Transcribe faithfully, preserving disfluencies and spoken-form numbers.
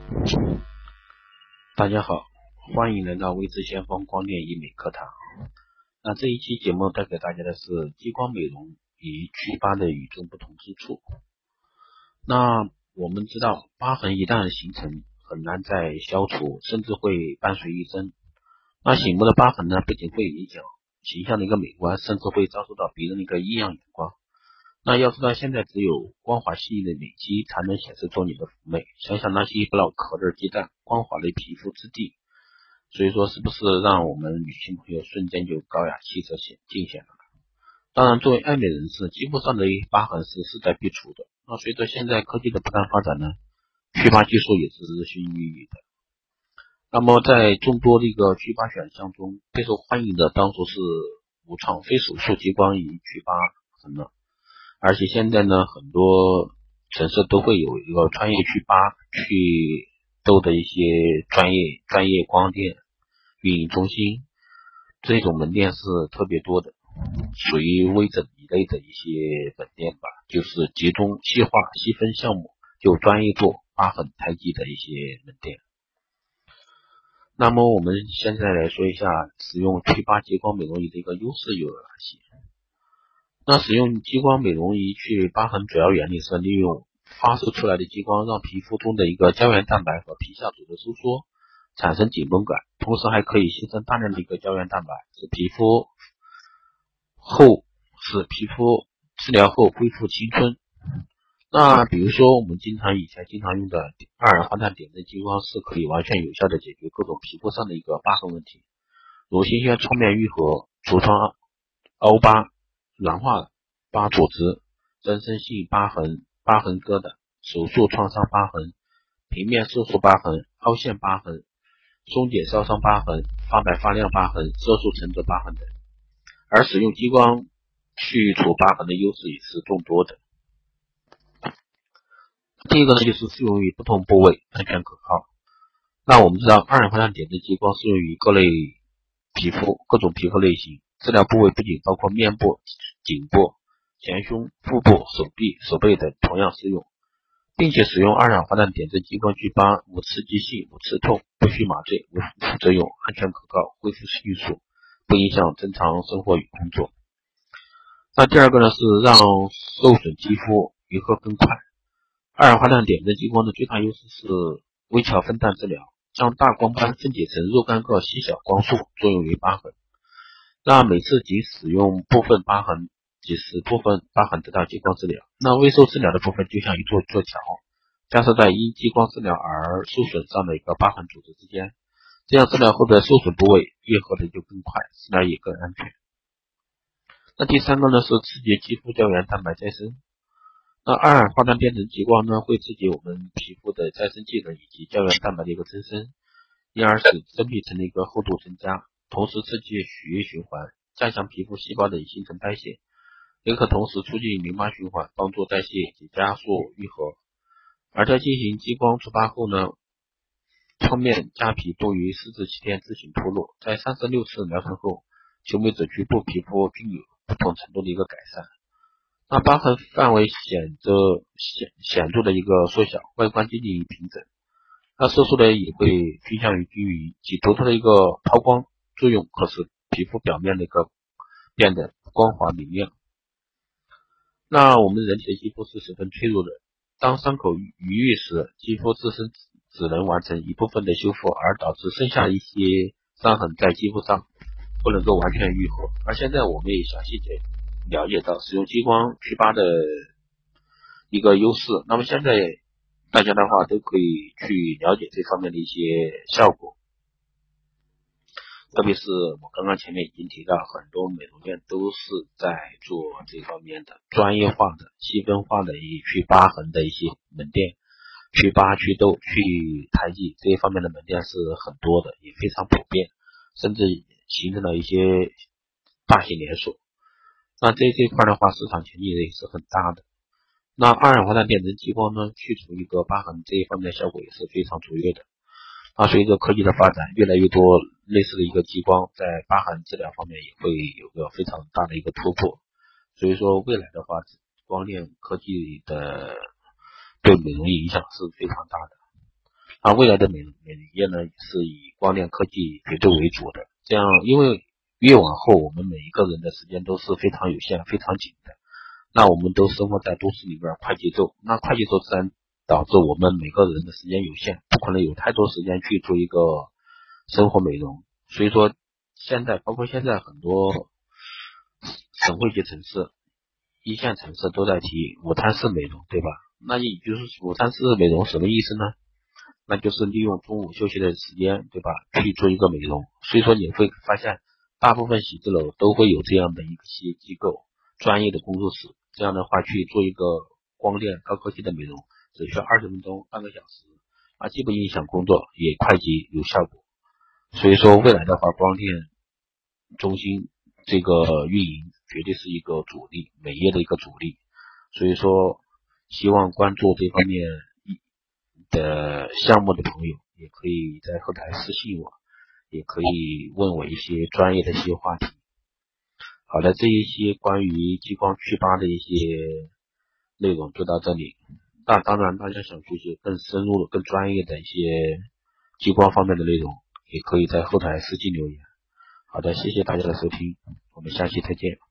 大家好，欢迎来到微智先锋光电医美课堂。那这一期节目带给大家的是激光美容与祛疤的与众不同之处。那我们知道，疤痕一旦形成，很难再消除，甚至会伴随一生。那醒目的疤痕呢，不仅会影响形象的一个美观，甚至会遭受到别人的一个异样眼光。那要知道，现在只有光滑细腻的美肌才能显示出你的妩媚。想想那些不老壳的鸡蛋，光滑的皮肤质地，所以说是不是让我们女性朋友瞬间就高雅气质显尽显了？当然，作为爱美人士，肌肤上的疤痕是势在必除的。那随着现在科技的不断发展呢，祛疤技术也是日新月异的。那么在众多的一个祛疤选项中，备受欢迎的当属是无创非手术激光与祛疤痕了。而且现在呢，很多城市都会有一个专业祛疤祛痘的一些专业专业光电运营中心，这种门店是特别多的，属于微整一类的一些门店吧，就是集中细化细分项目，就专业做疤痕胎记的一些门店。那么我们现在来说一下使用祛疤激光美容仪的一个优势有哪些。那使用激光美容仪去疤痕主要原理是利用发射出来的激光让皮肤中的一个胶原蛋白和皮下组织收缩，产生紧绷感，同时还可以形成大量的一个胶原蛋白，使皮肤后使皮肤治疗后恢复青春。那比如说我们经常以前经常用的二氧化碳点阵激光是可以完全有效的解决各种皮肤上的一个疤痕问题，如新鲜创面愈合、痤疮、凹疤、软化疤组织、增生性疤痕、疤痕疙瘩、手术创伤疤痕、平面色素疤痕、凹陷疤痕、松解烧伤疤痕、发白发亮疤痕、色素沉着疤痕等。而使用激光去除疤痕的优势也是众多的。第一个呢，就是适用于不同部位，安全可靠。那我们知道，二氧化碳点阵激光适用于各类皮肤、各种皮肤类型，治疗部位不仅包括面部、颈部、前胸、腹部、手臂、手背等，同样适用，并且使用二氧化碳点阵激光祛疤无刺激性、无刺痛、不需麻醉、无副作用，安全可靠，恢复迅速，不影响正常生活与工作。那第二个呢，是让受损肌肤愈合更快。二氧化碳点阵激光的最大优势是微巧分段治疗，将大光斑分解成若干个细小光束，作用于疤痕。那每次仅使用部分疤痕，即使部分疤痕得到激光治疗，那未受治疗的部分就像一座座桥，架设在因激光治疗而受损上的一个疤痕组织之间，这样治疗后的受损部位愈合的就更快，治疗也更安全。那第三个呢，是刺激肌肤胶原蛋白再生。那二氧化碳点阵激光呢，会刺激我们皮肤的再生技能以及胶原蛋白的一个增生，因而使真皮层的一个厚度增加，同时刺激血液循环，加强皮肤细胞的新陈代谢，也可同时促进淋巴循环，帮助代谢及加速愈合。而在进行激光除疤后呢，创面痂皮多于四至七天自行脱落，在三十六次疗程后，求美者局部皮肤均有不同程度的一个改善。那疤痕范围显着显显著的一个缩小，外观接近于平整。那色素呢也会趋向于均匀，其独特的一个抛光作用，可使皮肤表面的一个变得光滑明亮。那我们人体的肌肤是十分脆弱的，当伤口愈愈时，肌肤自身只能完成一部分的修复，而导致剩下一些伤痕在肌肤上不能够完全愈合。而现在我们也详细解了解到使用激光祛疤的一个优势，那么现在大家的话都可以去了解这方面的一些效果。特别是我刚刚前面已经提到，很多美容院都是在做这方面的专业化的细分化的一祛疤痕的一些门店，祛疤祛痘祛胎记这一方面的门店是很多的，也非常普遍，甚至形成了一些大型连锁。那这这块的话，市场前景也是很大的。那二氧化碳点阵激光呢，去除一个疤痕这一方面的效果也是非常卓越的。那随着科技的发展，越来越多类似的一个激光在疤痕治疗方面也会有个非常大的一个突破。所以说未来的话，光电科技的对美容影响是非常大的。 啊，未来的美美业呢是以光电科技绝对为主的。这样，因为越往后，我们每一个人的时间都是非常有限、非常紧的。那我们都生活在都市里边，快节奏，那快节奏自然导致我们每个人的时间有限，不可能有太多时间去做一个生活美容。所以说，现在包括现在很多省会级城市、一线城市都在提午餐式美容，对吧？那也就是午餐式美容什么意思呢？那就是利用中午休息的时间，对吧，去做一个美容。所以说你会发现，大部分写字楼都会有这样的一些机构，专业的工作室，这样的话去做一个光电高科技的美容，只需要二十分钟、半个小时，啊，既不影响工作，也快捷有效果。所以说未来的话，光电中心这个运营绝对是一个主力，美业的一个主力。所以说，希望关注这方面的项目的朋友，也可以在后台私信我，也可以问我一些专业的一些话题。好的，这一些关于激光祛疤的一些内容就到这里。那当然，大家想学习更深入的、更专业的一些激光方面的内容，也可以在后台私信留言。好的，谢谢大家的收听，我们下期再见。